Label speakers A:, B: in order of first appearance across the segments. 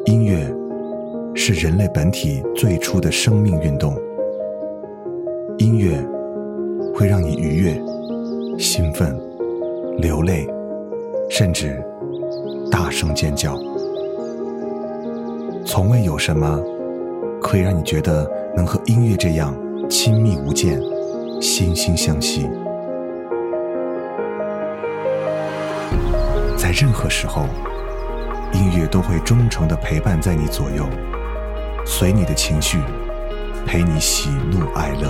A: 音乐是人类本体最初的生命运动，音乐会让你愉悦、兴奋、流泪，甚至大声尖叫。从未有什么可以让你觉得能和音乐这样亲密无间、惺惺相惜。在任何时候，音乐都会忠诚地陪伴在你左右，随你的情绪，陪你喜怒哀乐。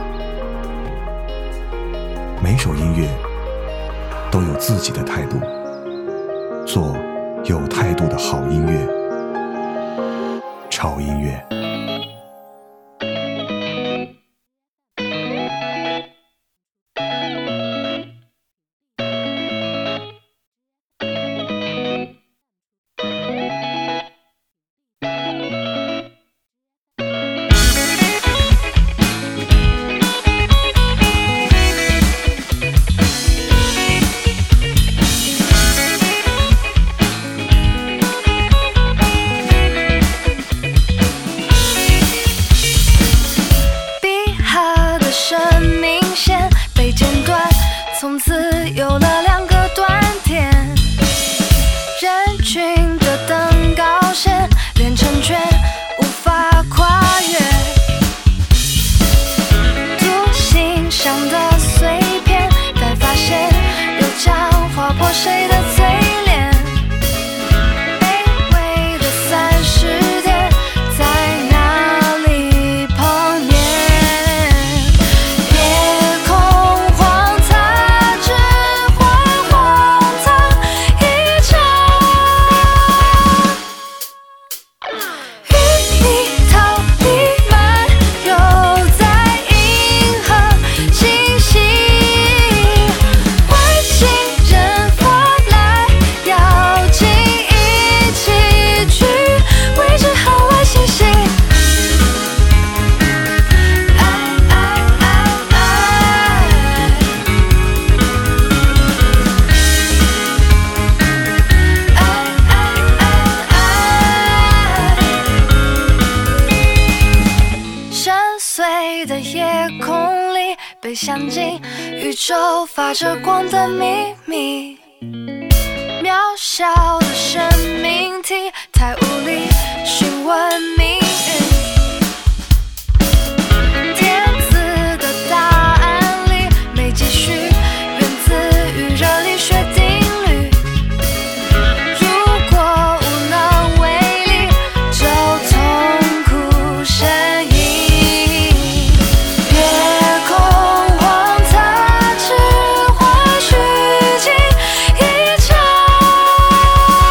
A: 每首音乐都有自己的态度，做有态度的好音乐。潮音乐。
B: 从此有了2个断点，人群的等高线连成圈无法跨越，多欣赏的碎片，待发现又将划破谁的嘴脸，卑微的30天在哪里碰面？夜空荒唐，只换荒唐一场，与你逃离漫游在银河星系，外星人过来要请一起去未知和外星系。深邃的夜空里，被镶进宇宙发着光的秘密，渺小的生命体太无力询问命运，填字的答案里没继续，源自于热力学定律，如果无能为力就痛苦呻吟，夜空荒唐，只换虚惊一场，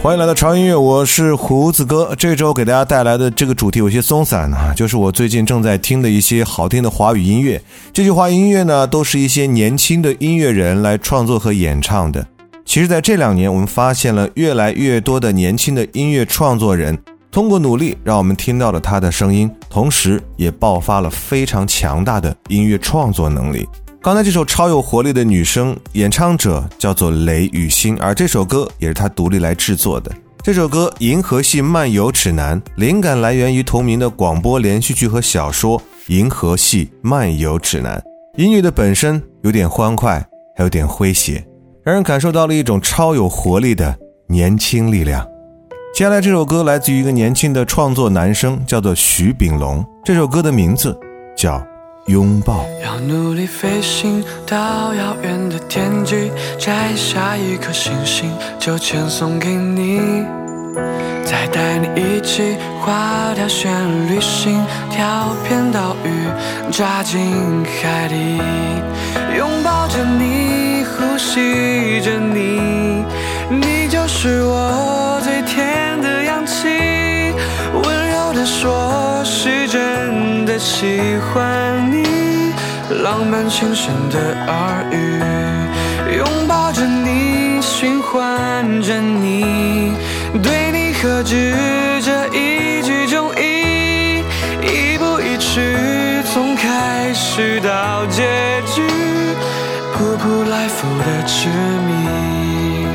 A: 欢迎来到潮音乐，我是胡子哥。这周给大家带来的这个主题有些松散啊，就是我最近正在听的一些好听的华语音乐。这些华语音乐呢，都是一些年轻的音乐人来创作和演唱的。其实在这2年，我们发现了越来越多的年轻的音乐创作人通过努力让我们听到了他的声音，同时也爆发了非常强大的音乐创作能力。刚才这首超有活力的女声演唱者叫做雷雨欣，而这首歌也是她独立来制作的。这首歌《银河系漫游指南》灵感来源于同名的广播连续剧和小说《银河系漫游指南》。音乐的本身有点欢快，还有点诙谐，让人感受到了一种超有活力的年轻力量。接下来这首歌来自于一个年轻的创作男生，叫做徐秉龙。这首歌的名字叫拥抱。
C: 要努力飞行到遥远的天际，摘下一颗星星就签送给你，再带你一起划条旋旅行，跳片岛屿，扎进海里，拥抱着你，呼吸着你，你就是我最甜的氧气，温柔地说是真的喜欢你，浪漫轻声的耳语，拥抱着你，循环着你，对你何止这一句中意，一步一曲，从开始到结局，扑扑来复的执迷。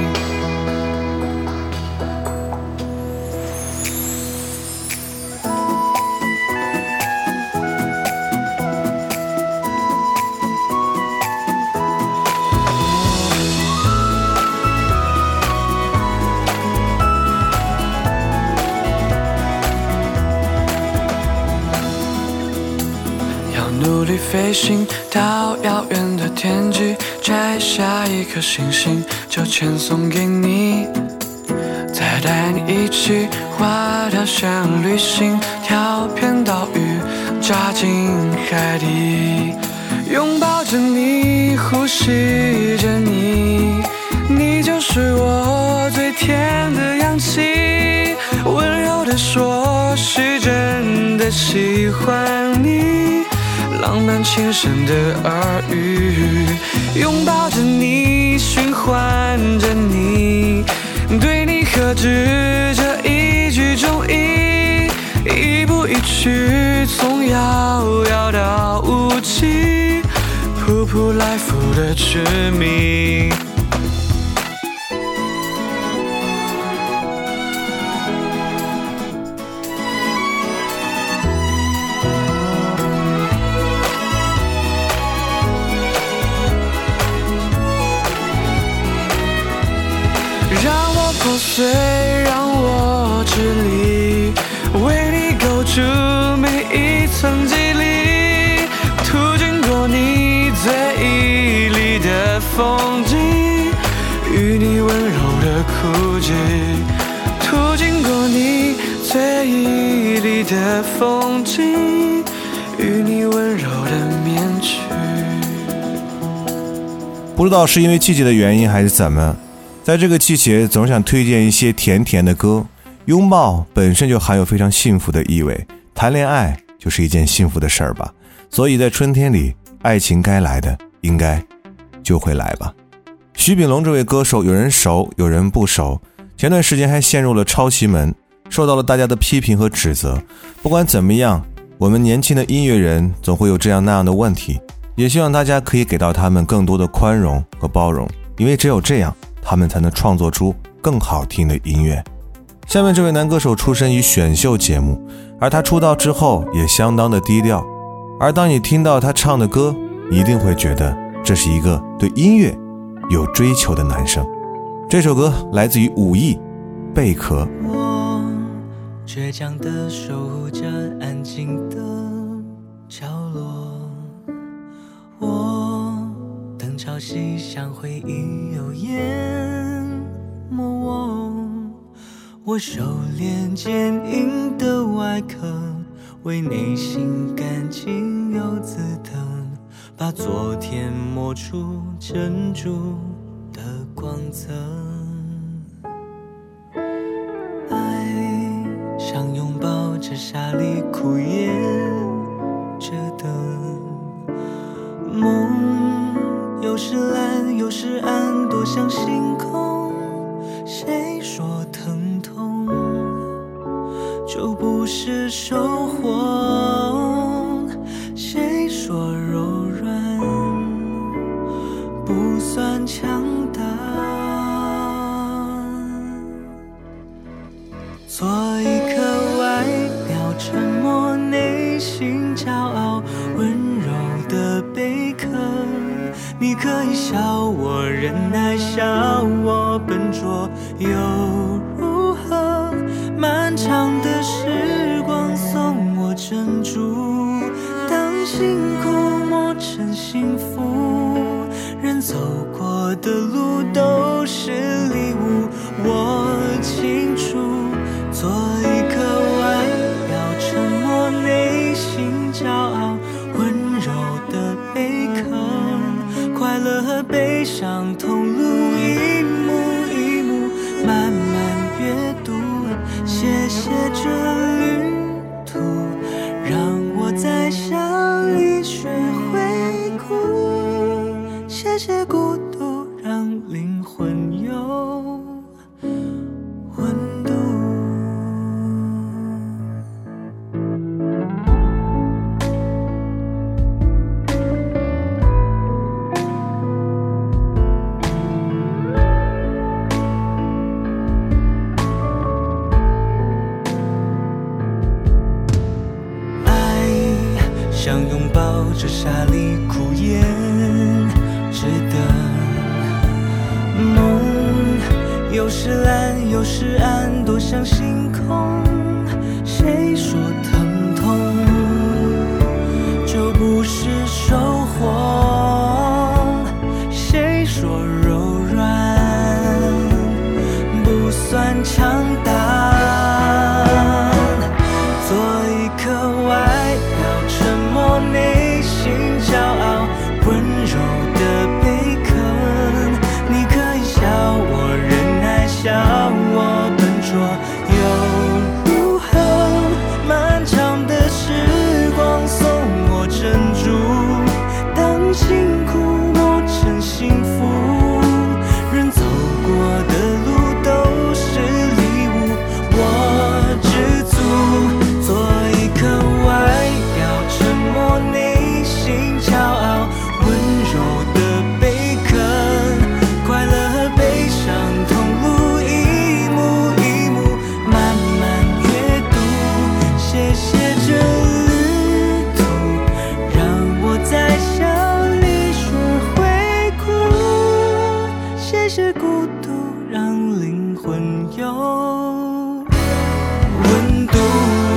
C: 努力飞行到遥远的天际，摘下一颗星星就签送给你，再带你一起划条旋旅行，跳片岛屿，扎进海底，拥抱着你，呼吸着你，你就是我最甜的氧气，温柔地说是真的喜欢你，浪漫轻声的耳语，拥抱着你，循环着你，对你何止这一句中意，一步一曲，从遥遥到无期，扑扑来复的执迷。破碎让我支离，为你构筑每一层肌理，途经过你最绮丽的风景，与你温柔的哭泣，途经过你最绮丽的风景，与你温柔的面具。
A: 不知道是因为季节的原因还是怎么，在这个季节总想推荐一些甜甜的歌。拥抱本身就含有非常幸福的意味，谈恋爱就是一件幸福的事儿吧，所以在春天里，爱情该来的应该就会来吧。徐秉龙这位歌手，有人熟有人不熟，前段时间还陷入了抄袭门，受到了大家的批评和指责。不管怎么样，我们年轻的音乐人总会有这样那样的问题，也希望大家可以给到他们更多的宽容和包容，因为只有这样他们才能创作出更好听的音乐。下面这位男歌手出身于选秀节目，而他出道之后也相当的低调，而当你听到他唱的歌，你一定会觉得这是一个对音乐有追求的男生。这首歌来自于武艺，贝壳。
D: 我倔强地守护着安静的角落，我等潮汐像回忆又淹没我收敛坚硬的外壳，为内心干净又滋腾，把昨天磨出珍珠的光泽。 苦也值得。梦有时蓝有时暗，多像星空，谁说疼痛就不是收获？谁说柔软不算强大？做一颗外表沉默内心骄傲温柔的贝壳，你可以笑我忍耐，笑我笨拙又如何？漫长的时光送我珍珠，当辛苦磨成幸福，人走过的路都是礼物，我清楚。做一颗外表沉默内心骄傲温柔的贝壳，快乐和悲伤同路一幕一幕慢慢阅读，谢谢这旅途，让我在笑里学会哭，谢谢孤独，让灵魂有温度。想拥抱着沙砾苦也值得。梦有时蓝有时暗，多像星空，谁说疼痛就不是收获？谁说柔软不算强大？做一颗外表沉默内心骄傲温柔的贝壳，你可以笑我忍耐，笑我笨拙又如何？漫长的时光送我珍珠，当辛苦磨成幸福，人走过的路都是礼物，我知足。做一颗外表沉默内心骄傲温柔的贝壳，快乐和悲伤同路一幕一幕慢慢阅读，谢谢这旅途，让我在笑里学会哭，谢谢孤独，让灵魂有温度。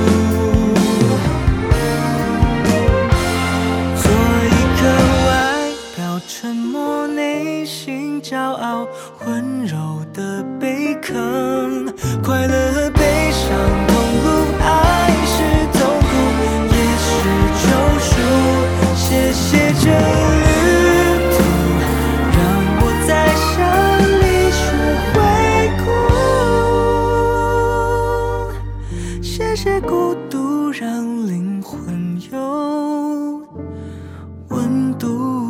D: 沉默内心骄傲温柔的贝壳，快乐和悲伤同路，爱是痛苦也是救赎，谢谢这旅途，让我在笑里学会哭，谢谢孤独，让灵魂有温度。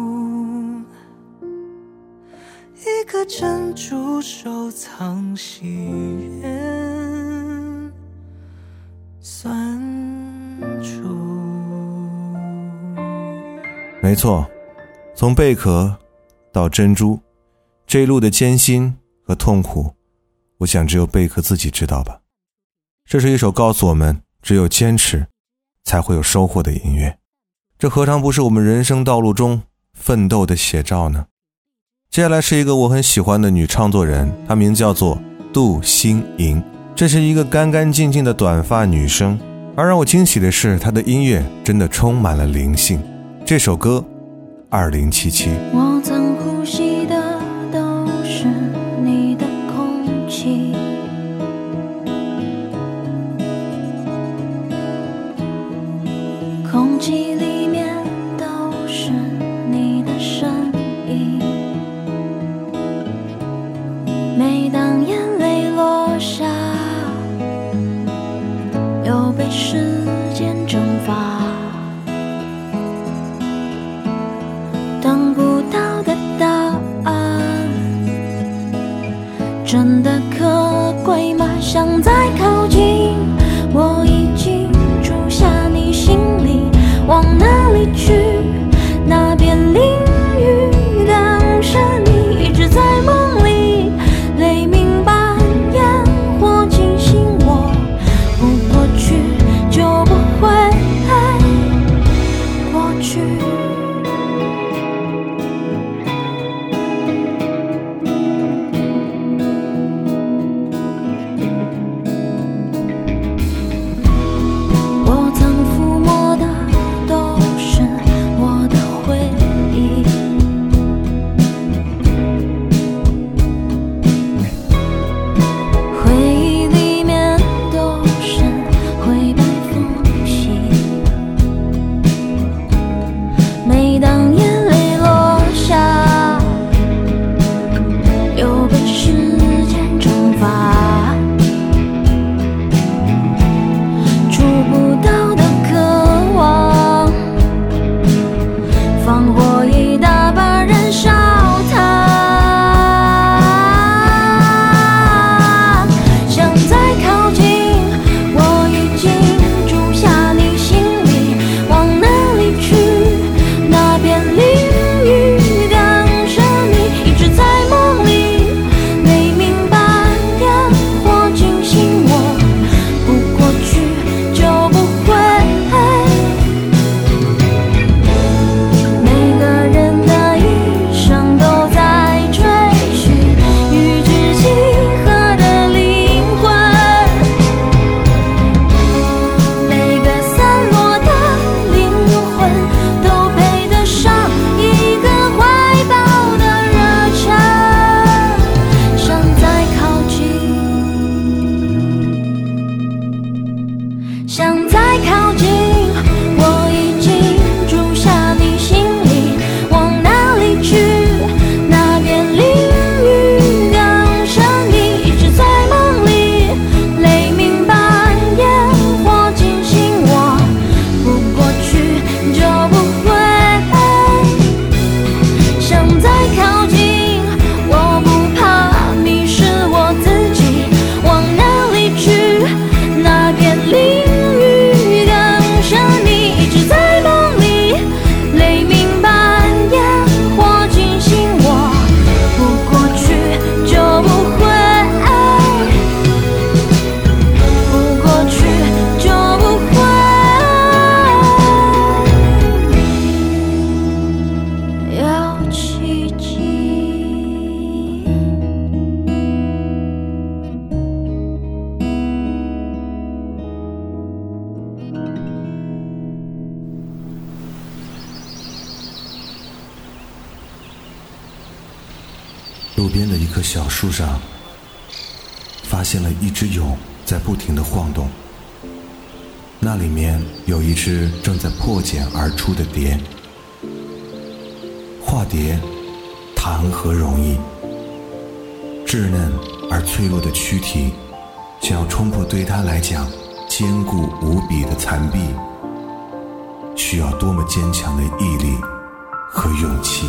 D: 一颗珍珠收藏喜悦酸楚。
A: 没错，从贝壳到珍珠，这一路的艰辛和痛苦，我想只有贝壳自己知道吧。这是一首告诉我们只有坚持才会有收获的音乐，这何尝不是我们人生道路中奋斗的写照呢？接下来是一个我很喜欢的女创作人，她名叫做杜心莹，这是一个干干净净的短发女生，而让我惊喜的是她的音乐真的充满了灵性。这首歌2077，
B: 我曾呼吸的都是你的空气，空气里面都是你的声音，每当眼泪落下，又被时真的可贵吗？想再靠近，我已经住下你心里，往哪里去？那边淋雨当时你一直在梦里，雷鸣般烟火惊醒我，不过去就不会过去。我曾抚摸的都是我的回忆，回忆里面都是灰白缝隙。每当眼泪落下，又被时间蒸发，触不到的渴望，放火一大把燃烧它。想再靠近，我已经住下你心里，往哪里去？那边淋雨当时你一直在梦里，雷鸣般烟火惊醒我，不过去就不会。每个人的一生都在追寻与之契合的灵魂，每个散落的灵魂都配得上一个怀抱的热忱。想再靠近，想再靠近，我已经住下你心里，往哪里去？那边淋雨当时你一直在梦里，雷鸣般烟火惊醒我，不过去就不会。想再靠近，我不怕迷失我自己，往哪里去？那边淋雨当时你一直在梦里，雷鸣般烟火惊醒我，不过去就不会，不过去就不会有奇迹。
A: 路边的一棵小树上，发现了一只蛹在不停地晃动，那里面有一只正在破茧而出的蝶。化蝶谈何容易，稚嫩而脆弱的躯体，想要冲破对它来讲坚固无比的残壁，需要多么坚强的毅力和勇气。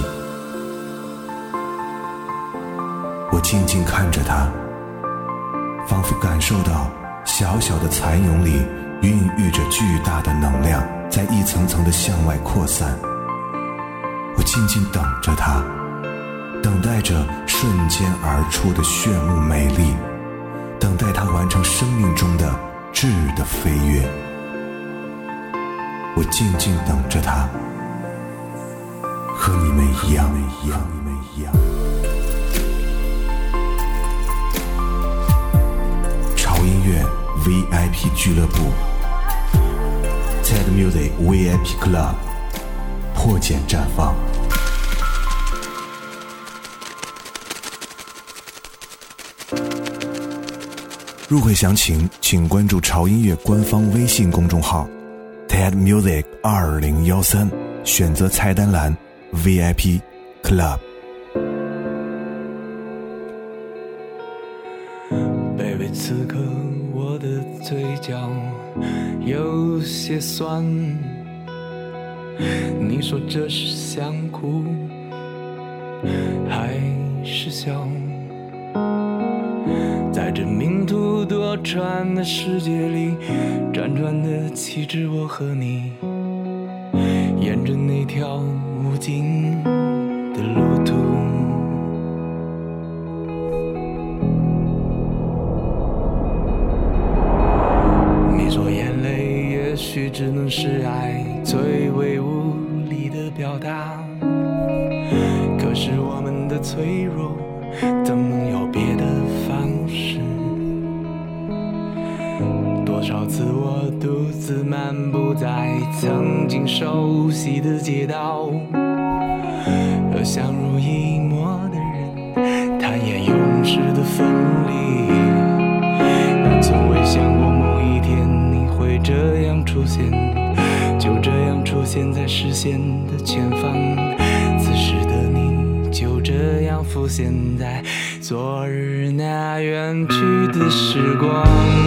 A: 我静静看着它，仿佛感受到小小的蚕蛹里孕育着巨大的能量，在一层层的向外扩散。我静静等着它，等待着瞬间而出的炫目美丽，等待它完成生命中的质的飞跃。我静静等着它，和你们一样，潮音乐 VIP 俱乐部 TED Music VIP Club 破茧绽放。入会详情请关注潮音乐官方微信公众号 TED Music 2013，选择菜单栏 VIP Club。
C: Baby， 此刻我的嘴角有些酸，你说这是想哭还是笑？ 穿的世界里，辗转的岂止我和你，沿着那条无尽的路途。你说眼泪也许只能是爱最为无力的表达，可是我们的脆弱怎能有别的方式？多少次我独自漫步在曾经熟悉的街道，和相濡以沫的人坦言永世的分离，但从未想过某一天你会这样出现，就这样出现在视线的前方，此时的你就这样浮现在昨日那远去的时光。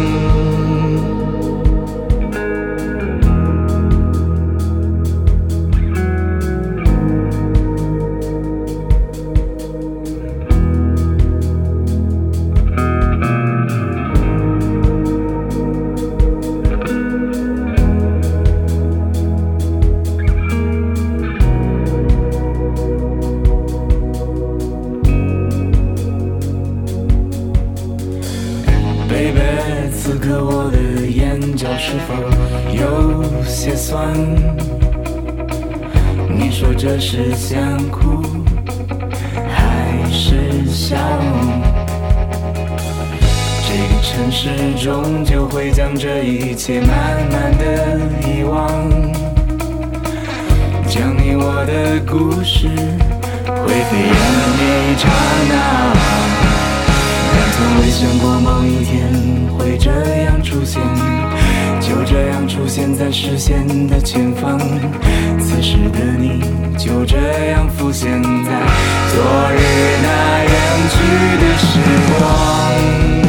C: 此刻我的眼角是否有些酸？你说这是想哭还是笑？这个城市终究会将这一切慢慢的遗忘，将你我的故事灰飞烟灭一刹那，但从未想过某一天会这样出现，就这样出现在视线的前方，此时的你就这样浮现在昨日那远去的时光。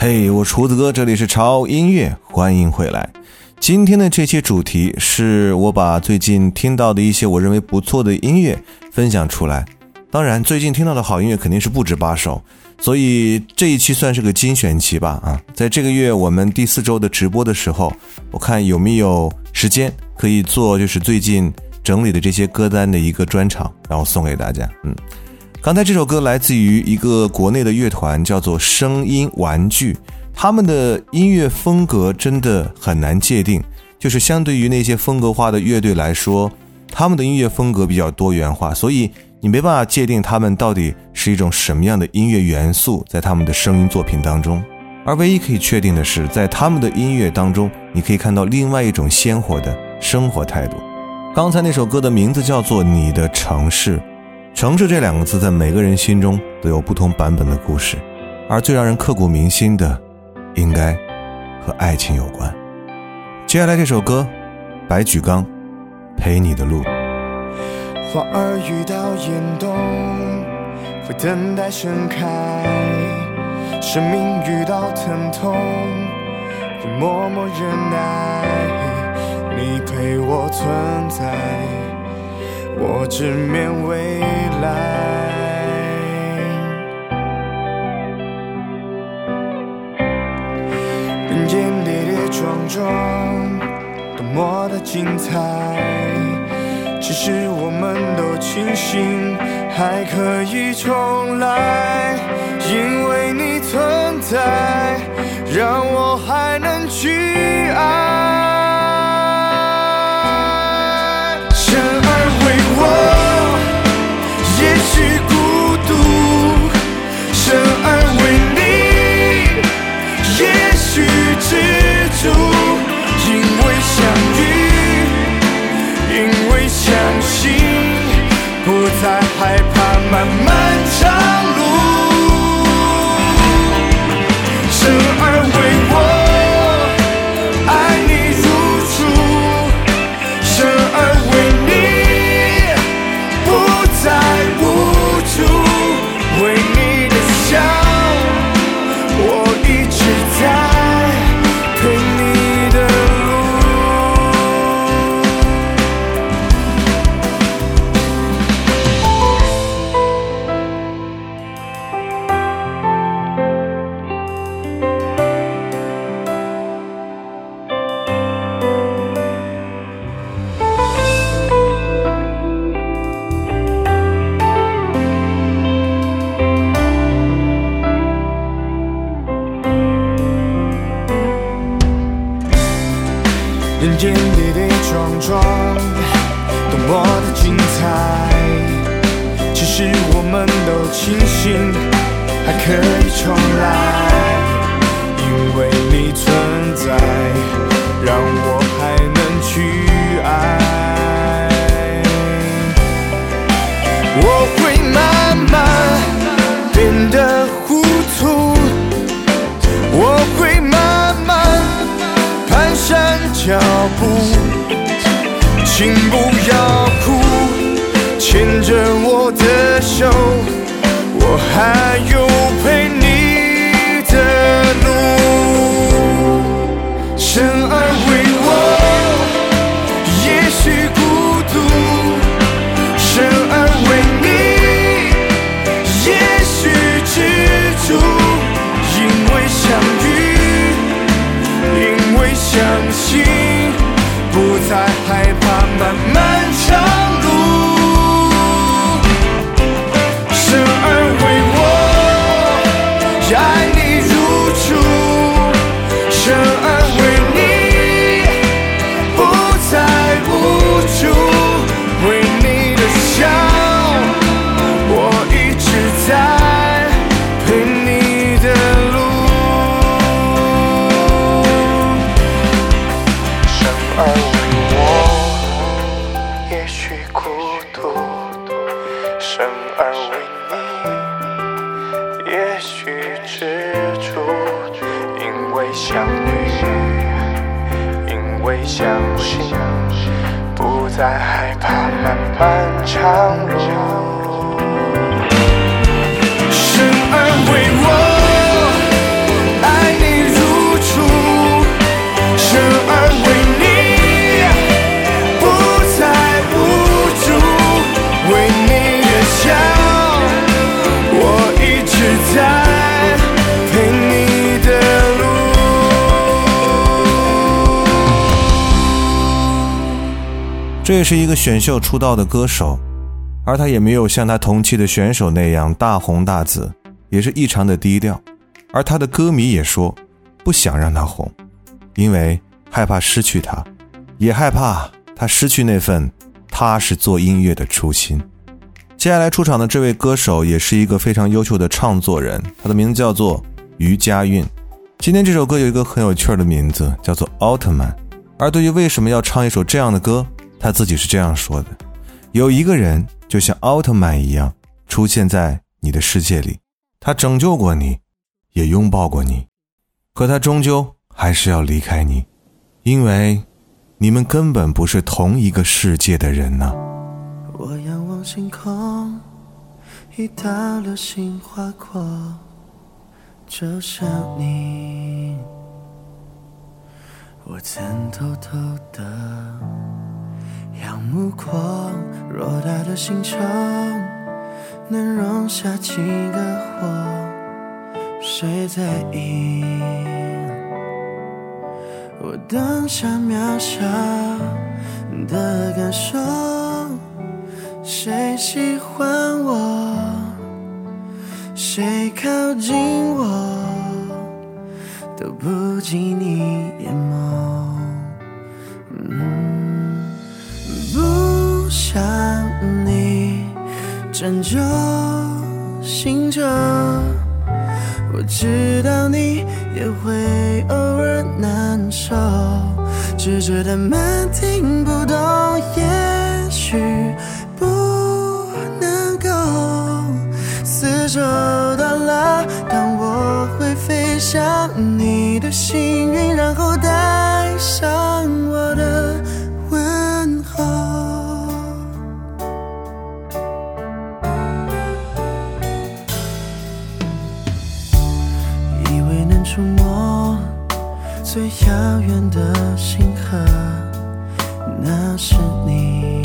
A: 嘿，我厨子哥，这里是潮音乐，欢迎回来。今天的这期主题是我把最近听到的一些我认为不错的音乐分享出来。当然最近听到的好音乐肯定是不止8首，所以这一期算是个精选期吧。在这个月我们第4周的直播的时候，我看有没有时间可以做就是最近整理的这些歌单的一个专场，然后送给大家。刚才这首歌来自于一个国内的乐团，叫做声音玩具。他们的音乐风格真的很难界定，就是相对于那些风格化的乐队来说，他们的音乐风格比较多元化，所以你没办法界定他们到底是一种什么样的音乐元素在他们的声音作品当中。而唯一可以确定的是，在他们的音乐当中，你可以看到另外一种鲜活的生活态度。刚才那首歌的名字叫做《你的城市》。城市这2个字在每个人心中都有不同版本的故事，而最让人刻骨铭心的应该和爱情有关。接下来这首歌，白举纲，陪你的路。
E: 花儿遇到严冬，会等待盛开，生命遇到疼痛，会默默忍耐，你陪我存在，我直面未来。人间跌跌撞撞，多么的精彩，其实我们都庆幸还可以重来，因为你存在，让我还能去爱。生而为我，也许孤独；生而为你，也许知足。因为相遇，因为相信，不再害怕漫漫长路。生而为我，爱你如初；生而为你，不再无助。为你的笑，我一直在陪你的路。人间跌跌撞撞，多么的精彩，其实我们都庆幸还可以重来，因为你存在，让我还能去爱。我会慢慢变得糊涂，我会慢慢蹒跚脚步，请不要哭，牵着我的手，我还有陪你的路。生而为我，也许孤独；生而为你，也许知足。因为相遇，因为相信，不再害怕漫漫长路。生而为我，爱你如初；生而为你，不再无助。为你的笑，我一直在陪你的路。生而为我，也许孤独；生而为你，也许知足。因为相遇，因为相信，不再害怕漫漫长路。生而为我，爱你
A: 这也是一个选秀出道的歌手，而他也没有像他同期的选手那样大红大紫，也是异常的低调。而他的歌迷也说不想让他红，因为害怕失去他，也害怕他失去那份踏实做音乐的初心。接下来出场的这位歌手也是一个非常优秀的唱作人，他的名字叫做于佳韵。今天这首歌有一个很有趣的名字，叫做奥特曼。而对于为什么要唱一首这样的歌，他自己是这样说的：有一个人就像奥特曼一样出现在你的世界里，他拯救过你，也拥抱过你，可他终究还是要离开你，因为你们根本不是同一个世界的人呢。
F: 我仰望星空，一道流星划过，就像你。我曾偷偷的仰目光，偌大的星球能容下几个我，谁在意我当下渺小的感受？谁喜欢我，谁靠近我，都不及你眼眸。不想你拯救星球，我知道你也会偶尔难受，只觉得蛮听不懂，也许不能够厮守到老。当我会飞向你的幸运，然后带上我的问候。以为能触摸最遥远的星河，那是你。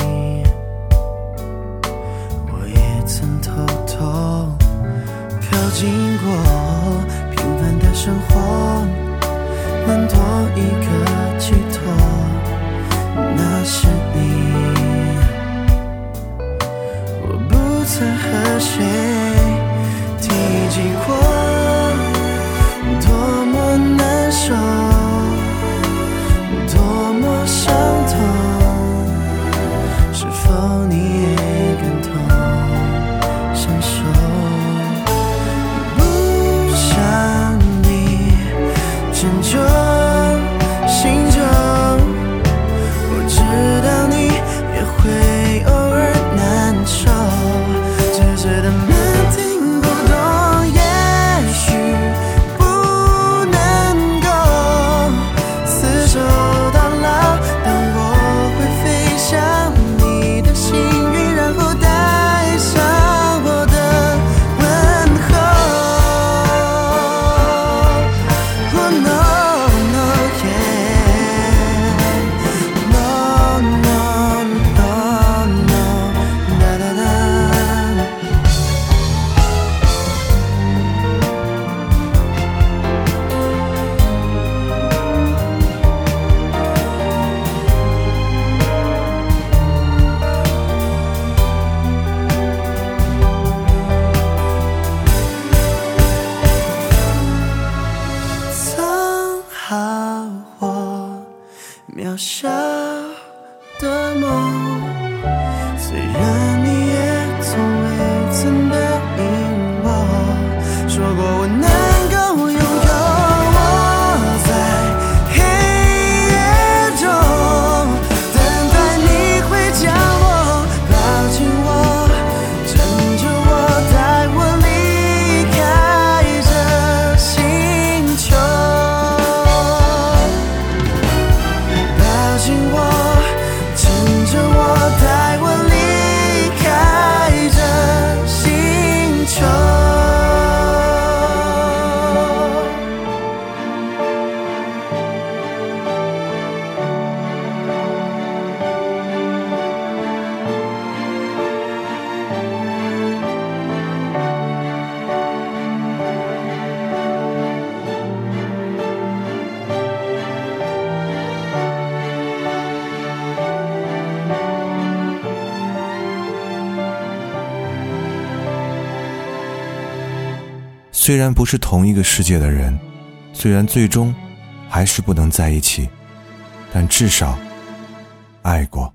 F: 我也曾偷偷靠近过，平凡的生活能多一个寄托，那是你。我不曾和谁提及过多么难受，多么伤痛，是否你也感同身受？不想你拯救星球，我知道你也会偶尔难受，只觉得蛮听不懂，也许不能够厮守到老。当我会飞向你的幸运，然后带上我的问候。Oh no no yeah no no no no da da da。藏好我渺小的梦，虽然你也从未曾答应我，说过我能够拥有。我在黑夜中等待你会将我抱紧我，拯救我，带我离开这星球。抱紧
A: 虽然不是同一个世界的人，虽然最终还是不能在一起，但至少爱过。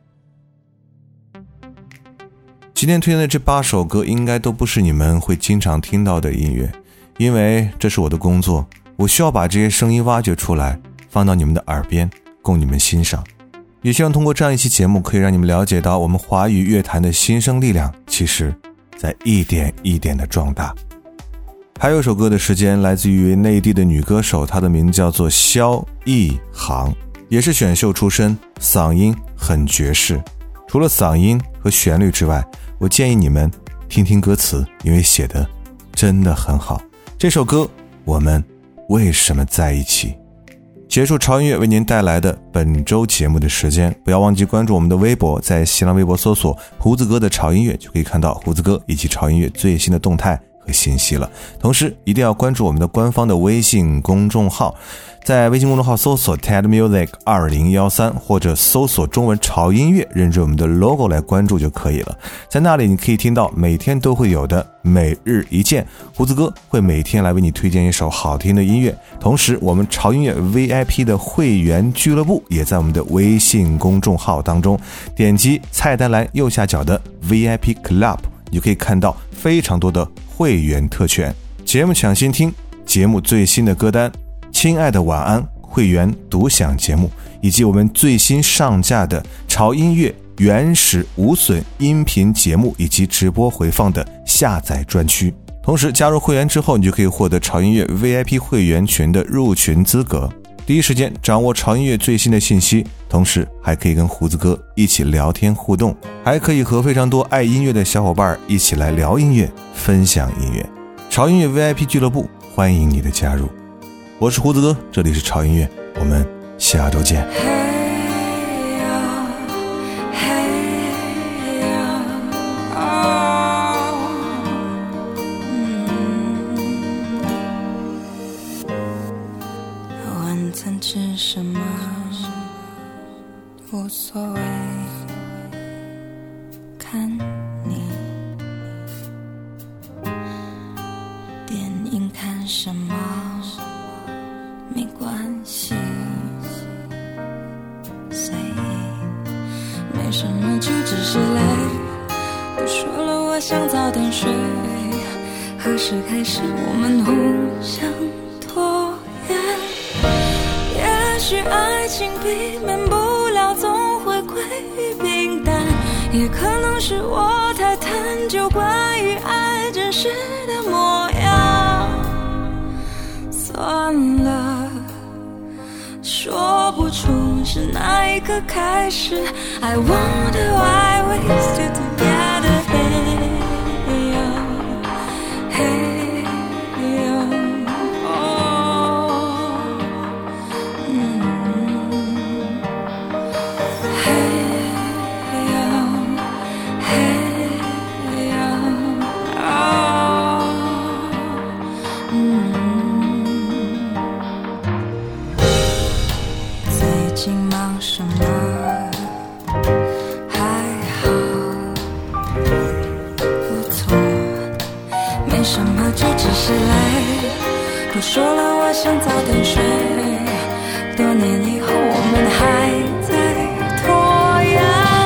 A: 今天推荐的这8首歌应该都不是你们会经常听到的音乐，因为这是我的工作，我需要把这些声音挖掘出来，放到你们的耳边，供你们欣赏。也希望通过这样一期节目，可以让你们了解到我们华语乐坛的新生力量其实在一点一点的壮大。还有一首歌的时间来自于内地的女歌手，她的名字叫做萧一航，也是选秀出身，嗓音很爵士。除了嗓音和旋律之外，我建议你们听听歌词，因为写的真的很好。这首歌我们为什么在一起？结束潮音乐为您带来的本周节目的时间，不要忘记关注我们的微博，在新浪微博搜索胡子哥的潮音乐，就可以看到胡子哥以及潮音乐最新的动态和信息了。同时一定要关注我们的官方的微信公众号，在微信公众号搜索 TEDmusic2013 或者搜索中文潮音乐，认准我们的 logo 来关注就可以了。在那里你可以听到每天都会有的每日一见，胡子哥会每天来为你推荐一首好听的音乐。同时我们潮音乐 VIP 的会员俱乐部也在我们的微信公众号当中，点击菜单栏右下角的 VIP Club， 你就可以看到非常多的会员特权，节目抢先听，节目最新的歌单，亲爱的晚安会员独享节目，以及我们最新上架的潮音乐原始无损音频节目以及直播回放的下载专区。同时加入会员之后，你就可以获得潮音乐 VIP 会员群的入群资格，第一时间掌握潮音乐最新的信息，同时还可以跟胡子哥一起聊天互动，还可以和非常多爱音乐的小伙伴一起来聊音乐，分享音乐。潮音乐 VIP 俱乐部欢迎你的加入。我是胡子哥，这里是潮音乐，我们下周见。
B: 晚餐吃什么无所谓，看你电影看什么没关系，随意，没什么就只是累，不说了我想早点睡，何时开始我们互相拖延，也许爱情避免不了总会归于平淡，也可能是我太探究关于爱真实的模样，算了，说不出是哪一刻开始 I wonder why we still together, hey, hey, oh, hey, 最近忙什么？还好，不错，没什么，就只是累。不说了，我想早点睡。多年以后，我们还在拖延。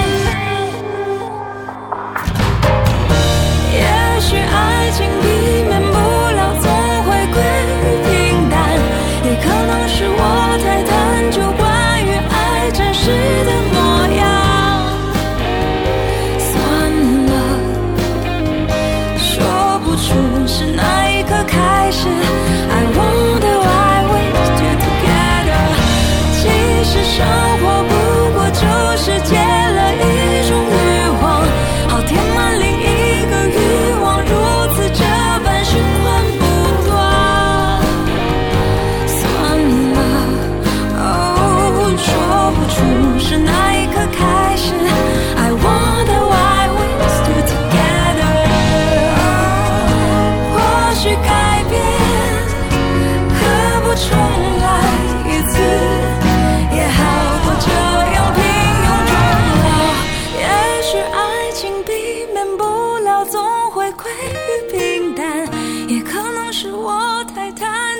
B: 也许爱情避免不了总会归于平淡，也可能是我太探究关于爱真实的模样，算了，说不出是哪一刻开始 I wonder why we still together， 其实生活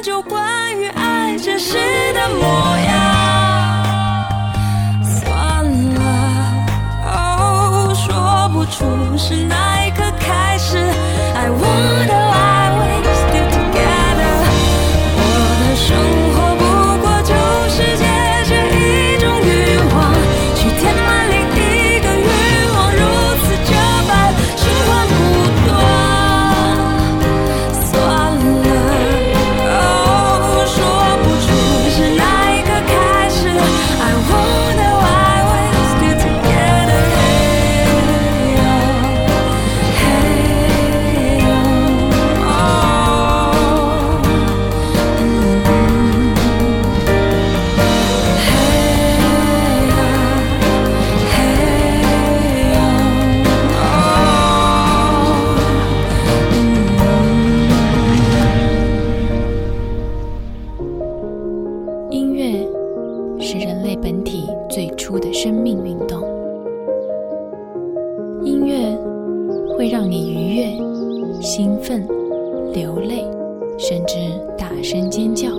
B: 研究关于爱真实的模样。算了，说不出是哪一刻开始 I wonder why we still together。 我的生活不过就是借着一种欲望去填满另一个欲望，如此这般循环不断。算了，说不出是哪一刻开始 I wonder why we still together。
G: 音乐是人类本体最初的生命运动。音乐会让你愉悦、兴奋、流泪，甚至大声尖叫。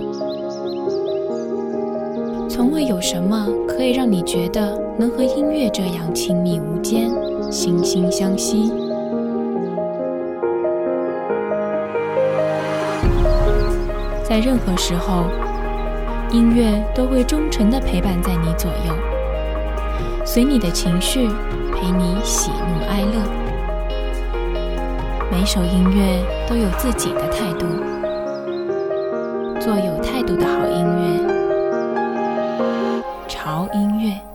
G: 从未有什么可以让你觉得能和音乐这样亲密无间、惺惺相惜。在任何时候，音乐都会忠诚地陪伴在你左右，随你的情绪，陪你喜怒哀乐。每首音乐都有自己的态度，做有态度的好音乐。潮音乐。